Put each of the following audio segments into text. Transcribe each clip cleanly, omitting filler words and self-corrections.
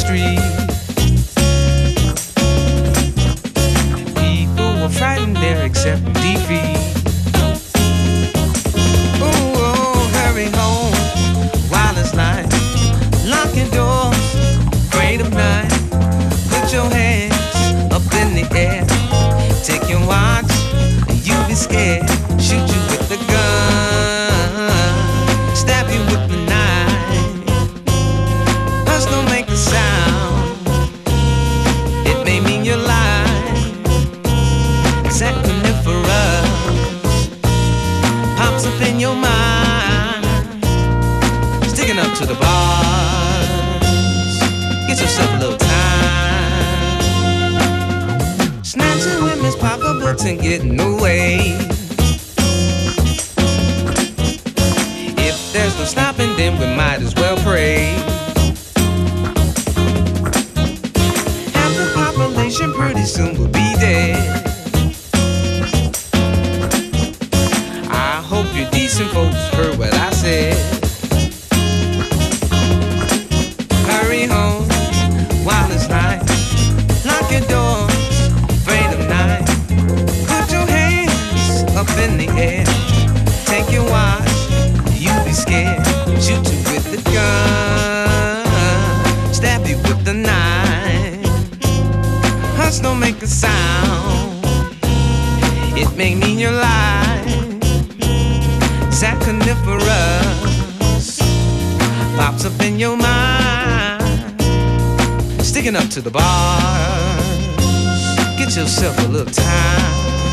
street. People were frightened there except defeat. Oh, hurry home while it's light. Lock your doors, afraid of night. Put your hands up in the air. Take your watch, and you be scared. Shoot you with the gun, stab you with the knife. Hush don't make a sound. It may mean your life. Sacriniferous pops up in your mind. Sticking up to the bars. Get yourself a little time. Snatching women's pocketbooks and getting away. If there's no stopping, then we might as well pray. Half the population pretty soon will be dead. I hope you decent folks heard what I said. Hurry home while it's night. Lock your doors, afraid of night. Put your hands up in the air. Take your watch, you be scared. Shoot you with the gun, stab you with the knife. Hush don't make a sound. It may mean your life. Sacriniferous pops up in your mind. Sticking up to the bars. Get yourself a little time.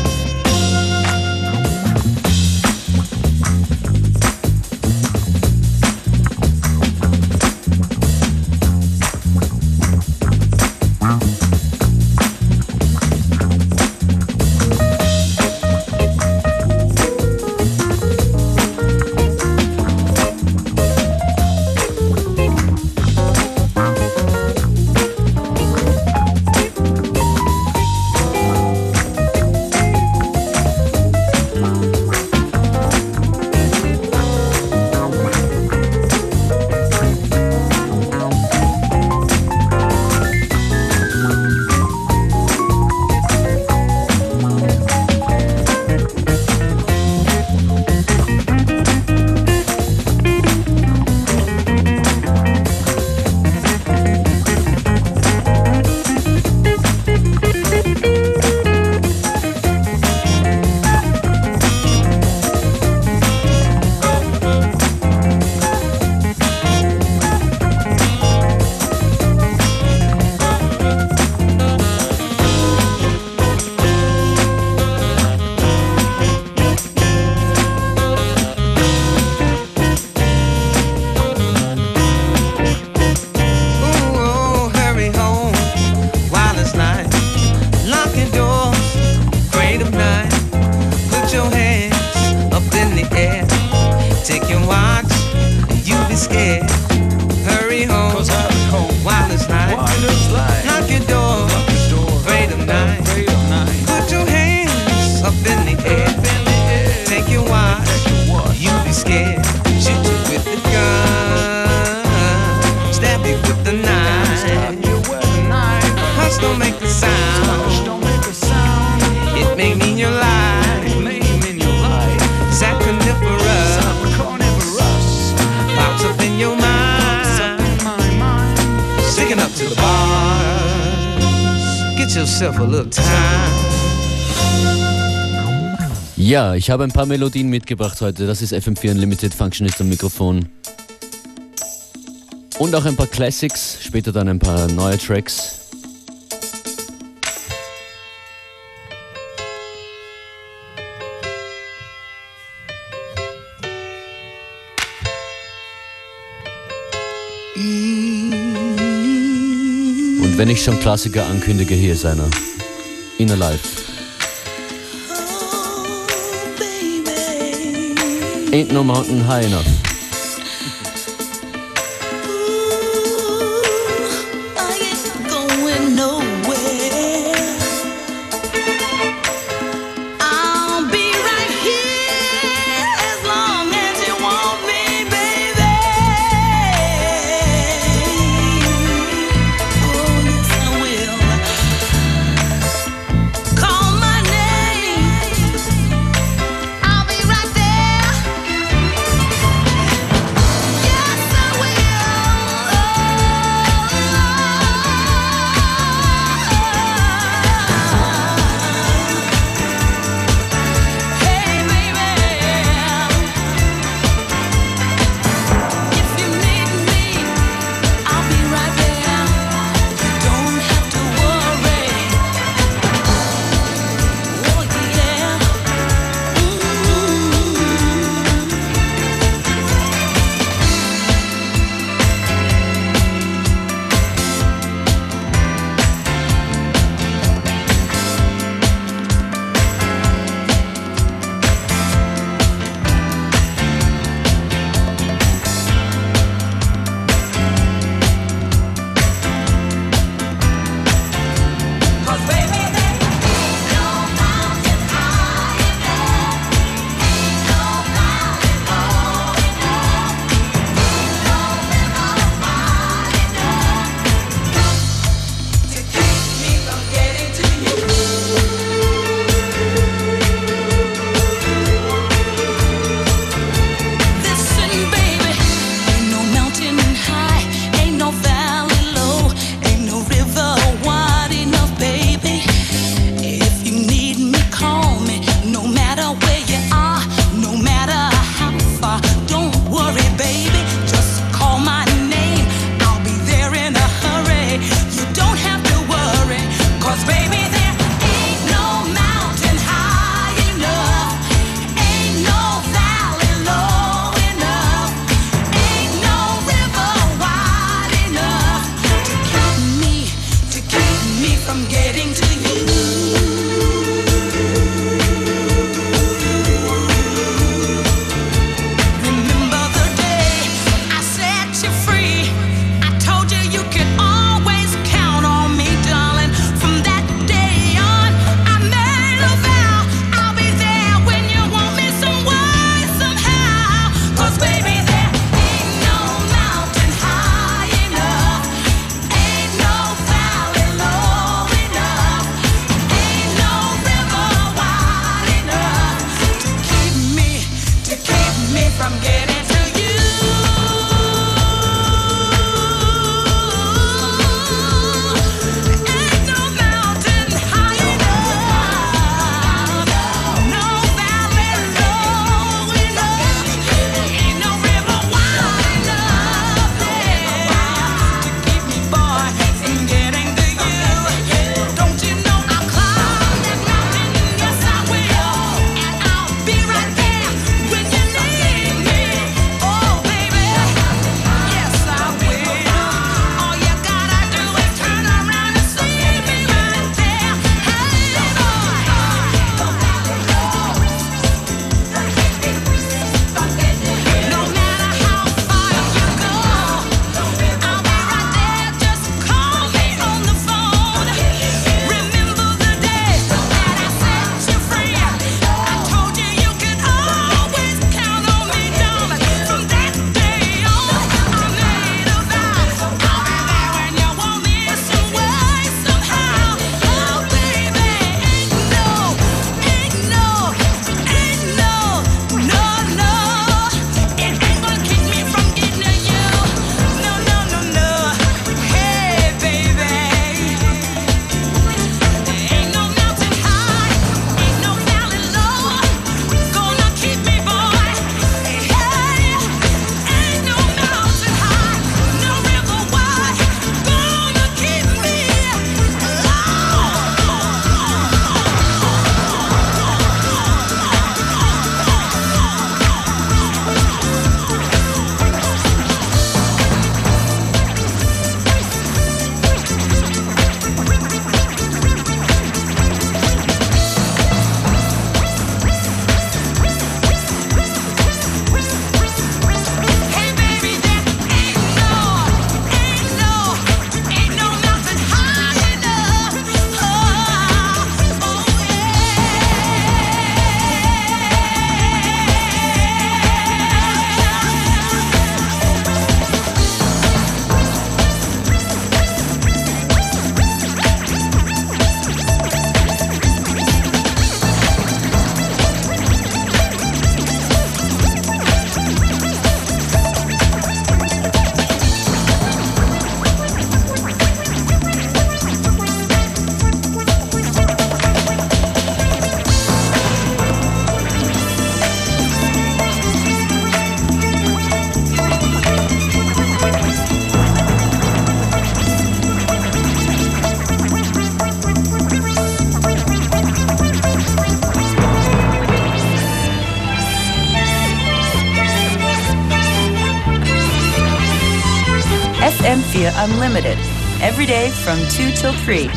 Ja, ich habe ein paar Melodien mitgebracht heute. Das ist FM4 Unlimited, Functionist am Mikrofon. Und auch ein paar Classics, später dann ein paar neue Tracks. Und wenn ich schon Klassiker ankündige, hier ist einer. Inner Life. Ain't no mountain high enough. FM4 Unlimited, every day from 2 till 3.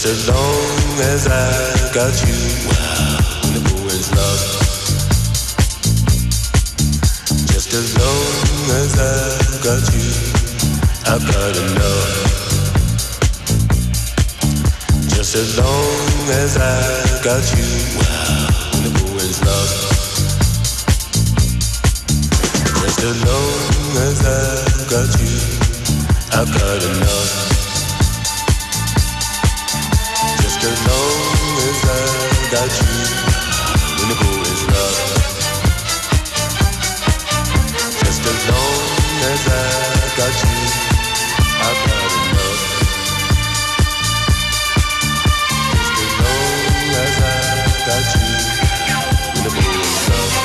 Just as long as I got you, the boy's love. Just as long as I got you, I've got enough. Just as long as I got you, the boy's love. Just as long as I got you, I've got enough. Just as long as I got you, when the boy's love. Just as long as I got you, I've got enough. Just as long as I got you, when the boy's love.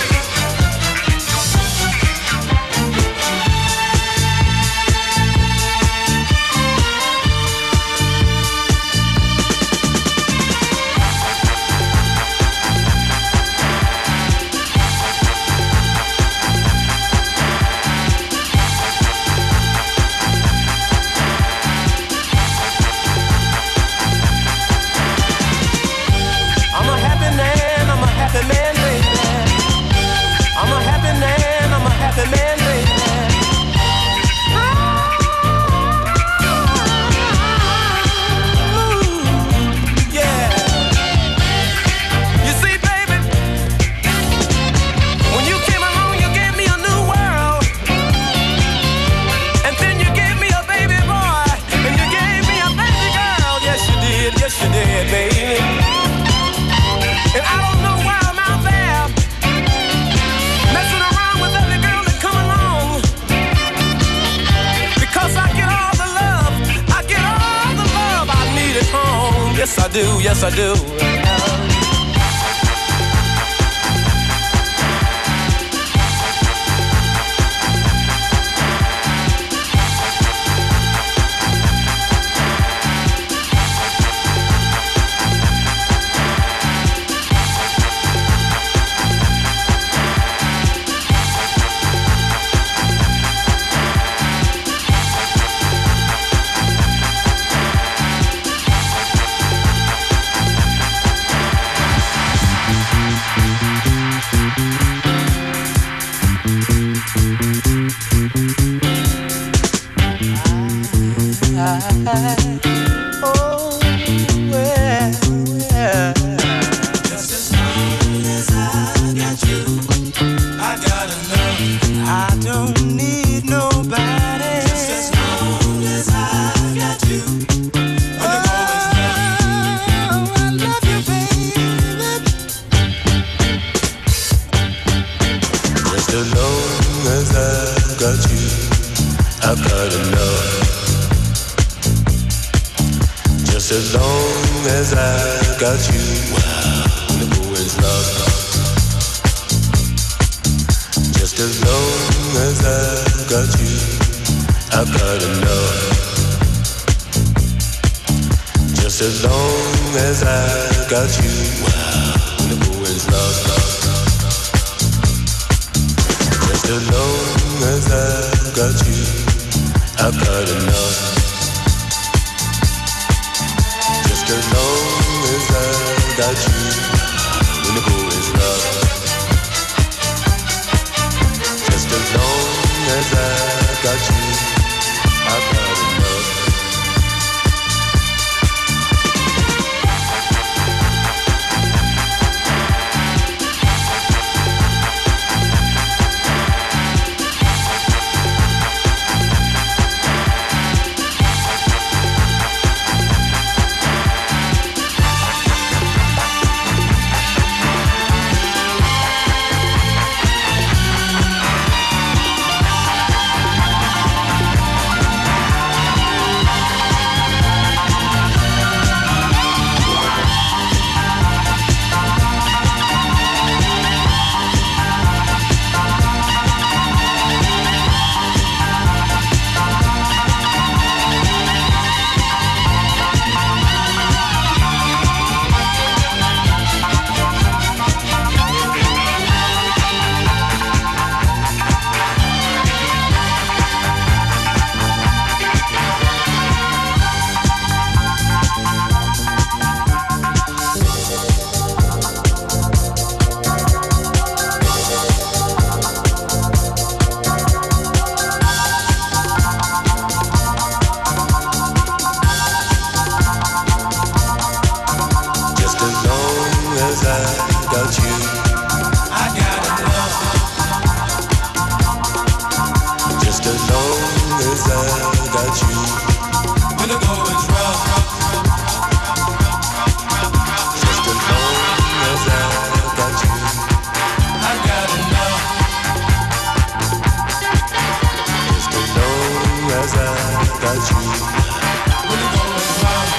Yes, I do. as I got you. I got enough. Just as long as I got you. When the going's rough. Just as long as I got you. I got enough. Just as long as I got you. When the going's rough.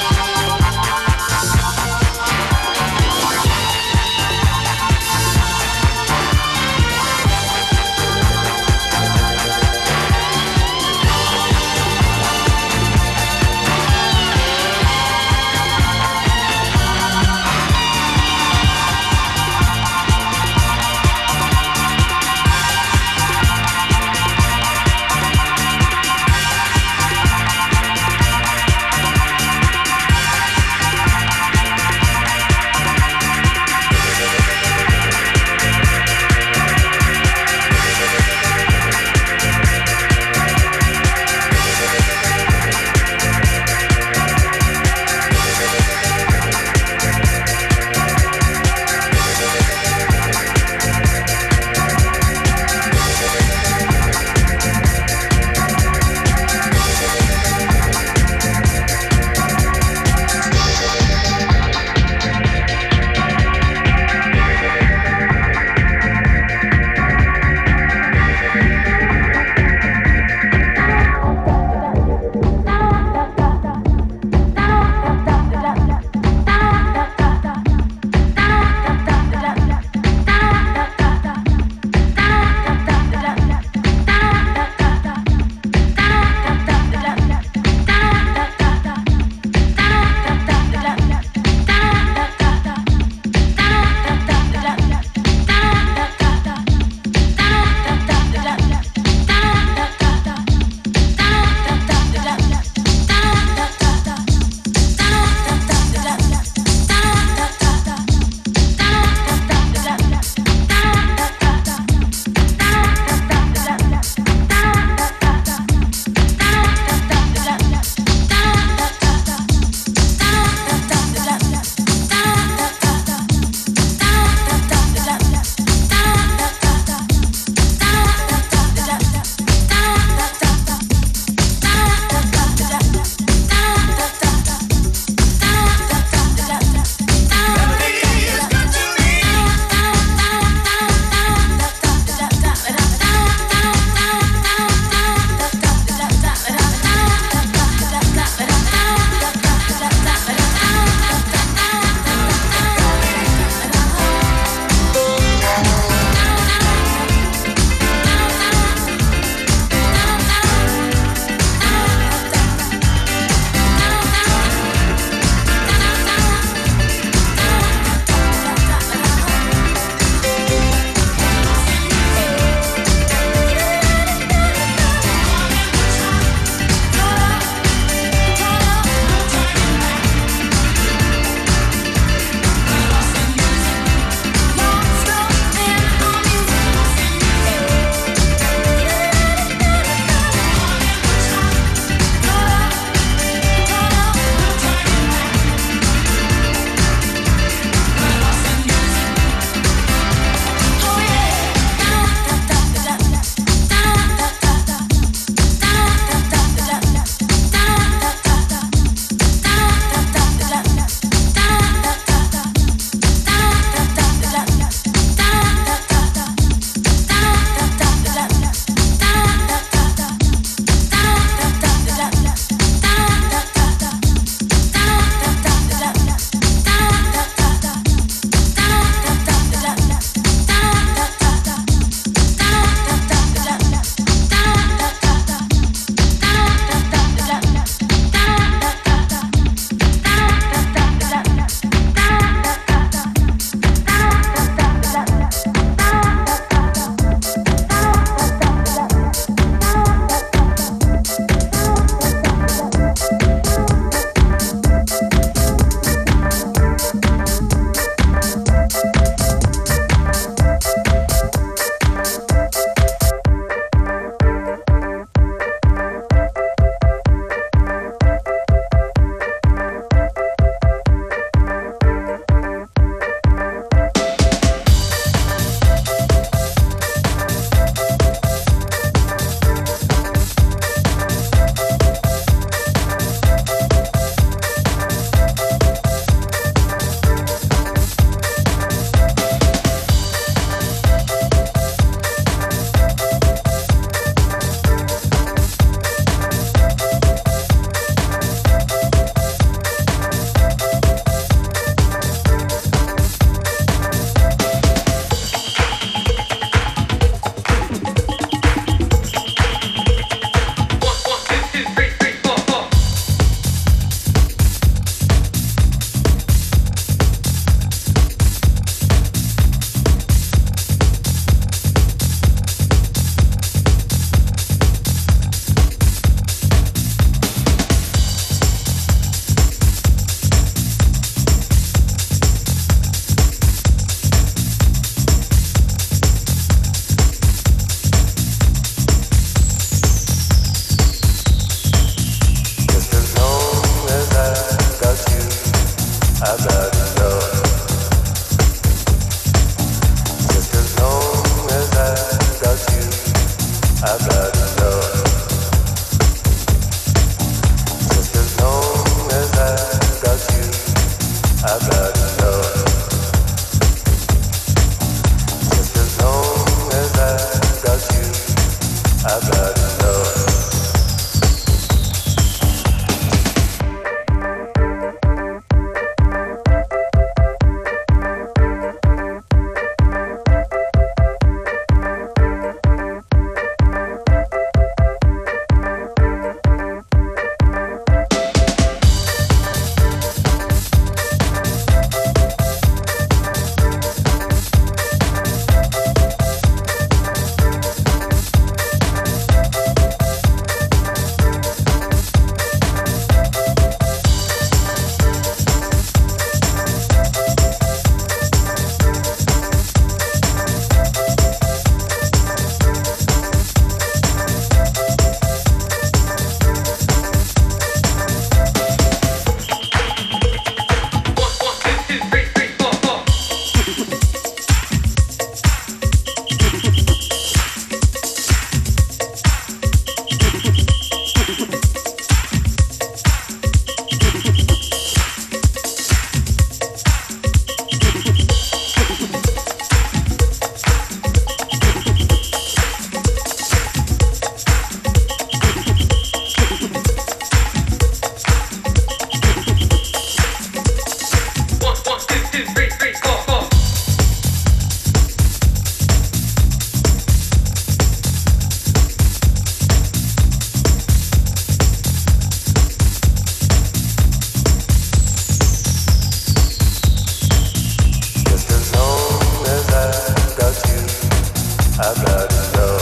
I've got to know.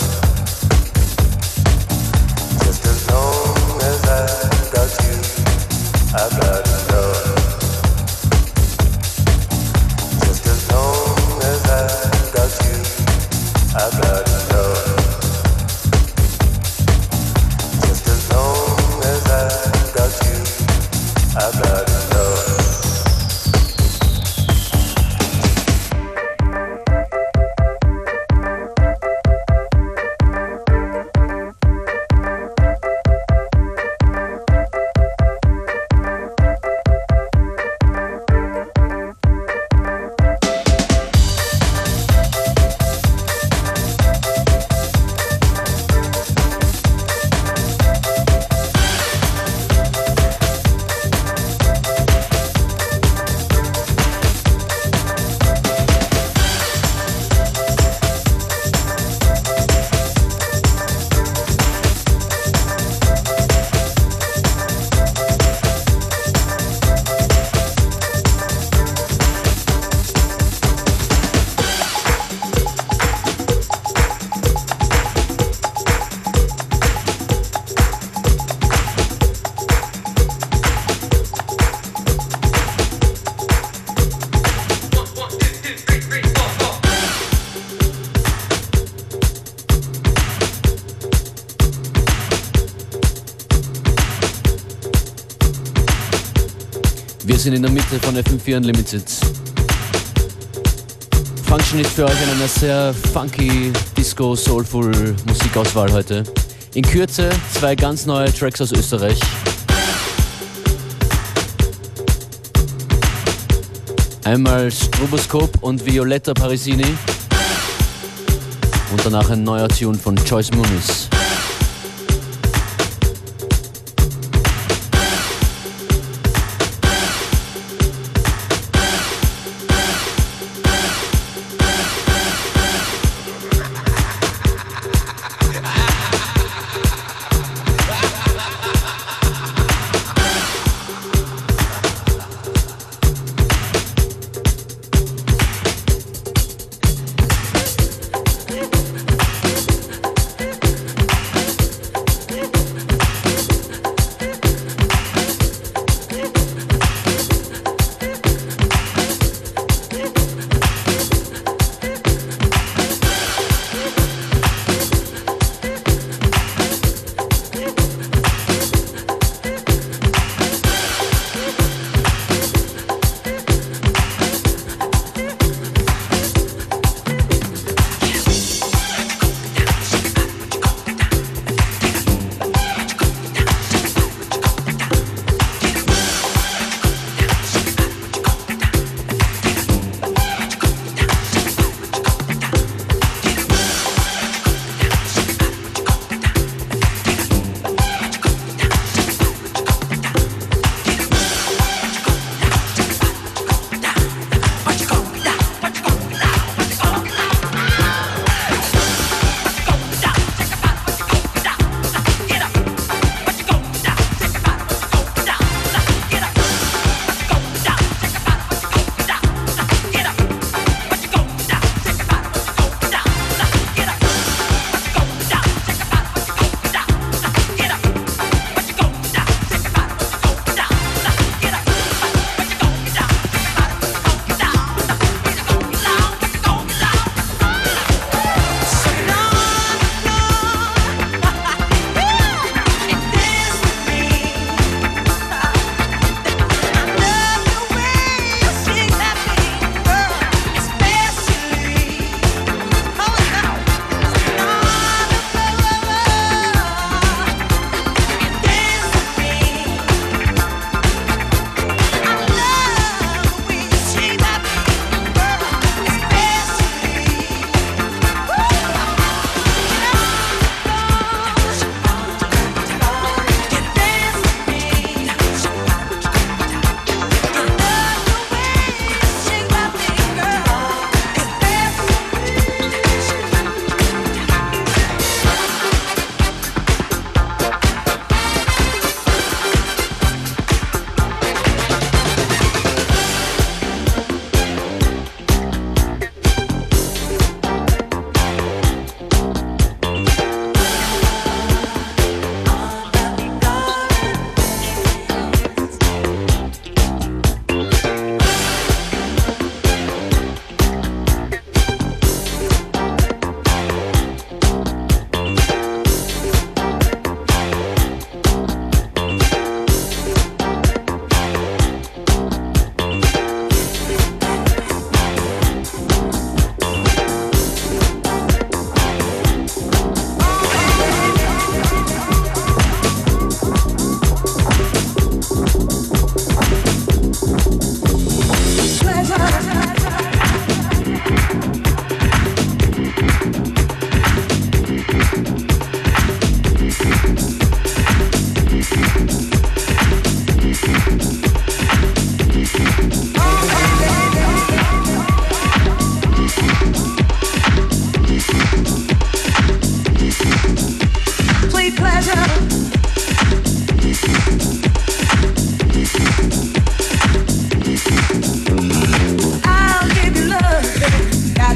Just as long as I've got you, I've got to know. Just as long as I've got you, I've got to know. Just as long as I've got you, I've got to know. Wir sind in der Mitte von FM4 Unlimited. Function ist für euch in einer sehr funky, disco, soulful Musikauswahl heute. In Kürze 2 ganz neue Tracks aus Österreich. Einmal Stroboskop und Violetta Parisini. Und danach ein neuer Tune von Joyce Muniz.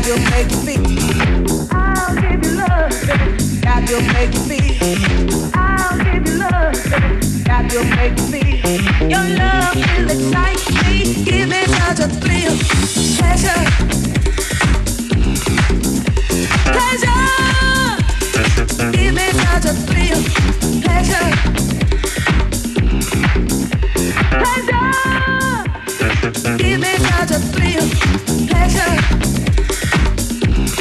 you make me feel. I'll give you love, baby. Got you make me feel. I'll give you love, baby. Got you make me feel. Your love will excite me, give me such a thrill, pleasure, pleasure. Give me such a thrill, pleasure, pleasure. Give me such a thrill, pleasure.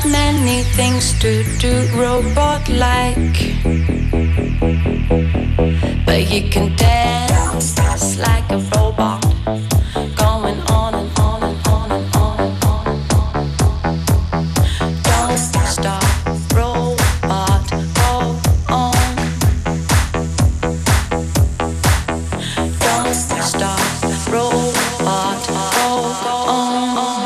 many things to do robot-like, but you can dance like a robot, going on and on and on and on and on. Don't stop, robot, go on. Don't stop, robot, go on.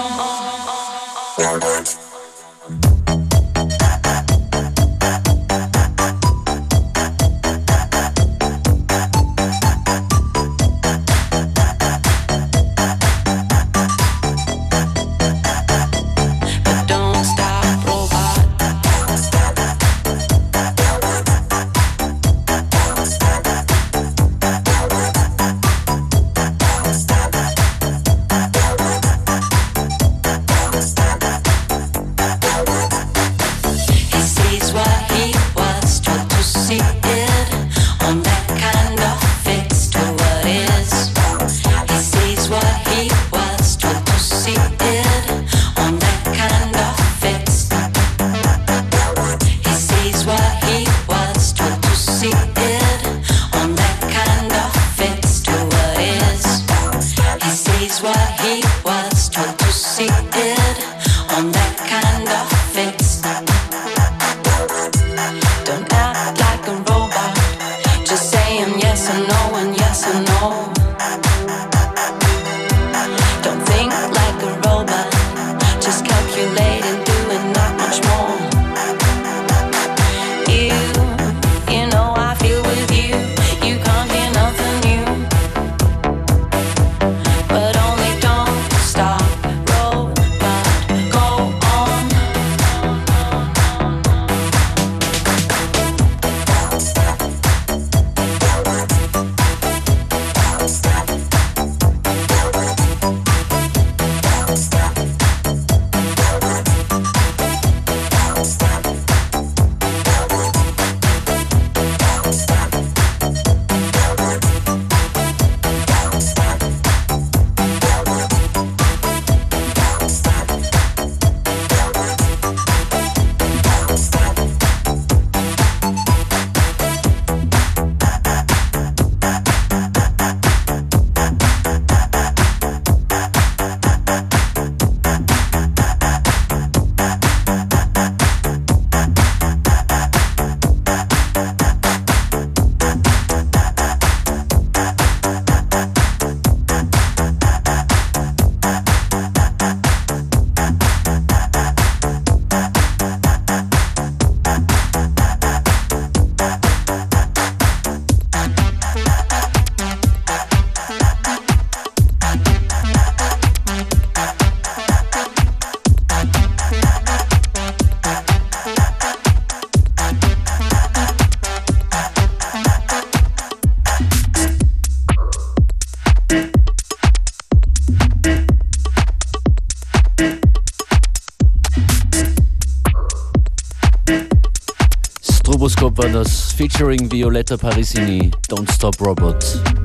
Stroboscope war das featuring Violetta Parisini, Don't Stop Robot.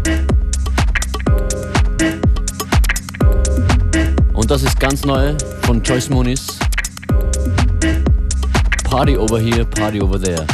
Und das ist ganz neu von Joyce Muniz. Party over here, party over there.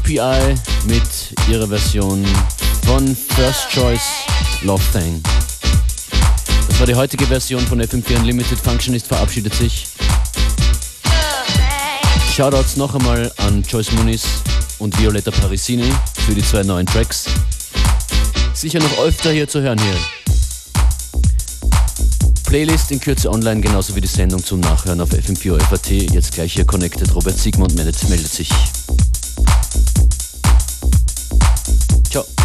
UPI mit ihrer Version von First Choice Love Thing. Das war die heutige Version von FM4 Unlimited. Functionist verabschiedet sich. Shoutouts noch einmal an Joyce Muniz und Violetta Parisini für die 2 neuen Tracks. Sicher noch öfter hier zu hören hier. Playlist in Kürze online, genauso wie die Sendung zum Nachhören auf FM4 FAT. Jetzt gleich hier connected. Robert Siegmund meldet sich. Ciao.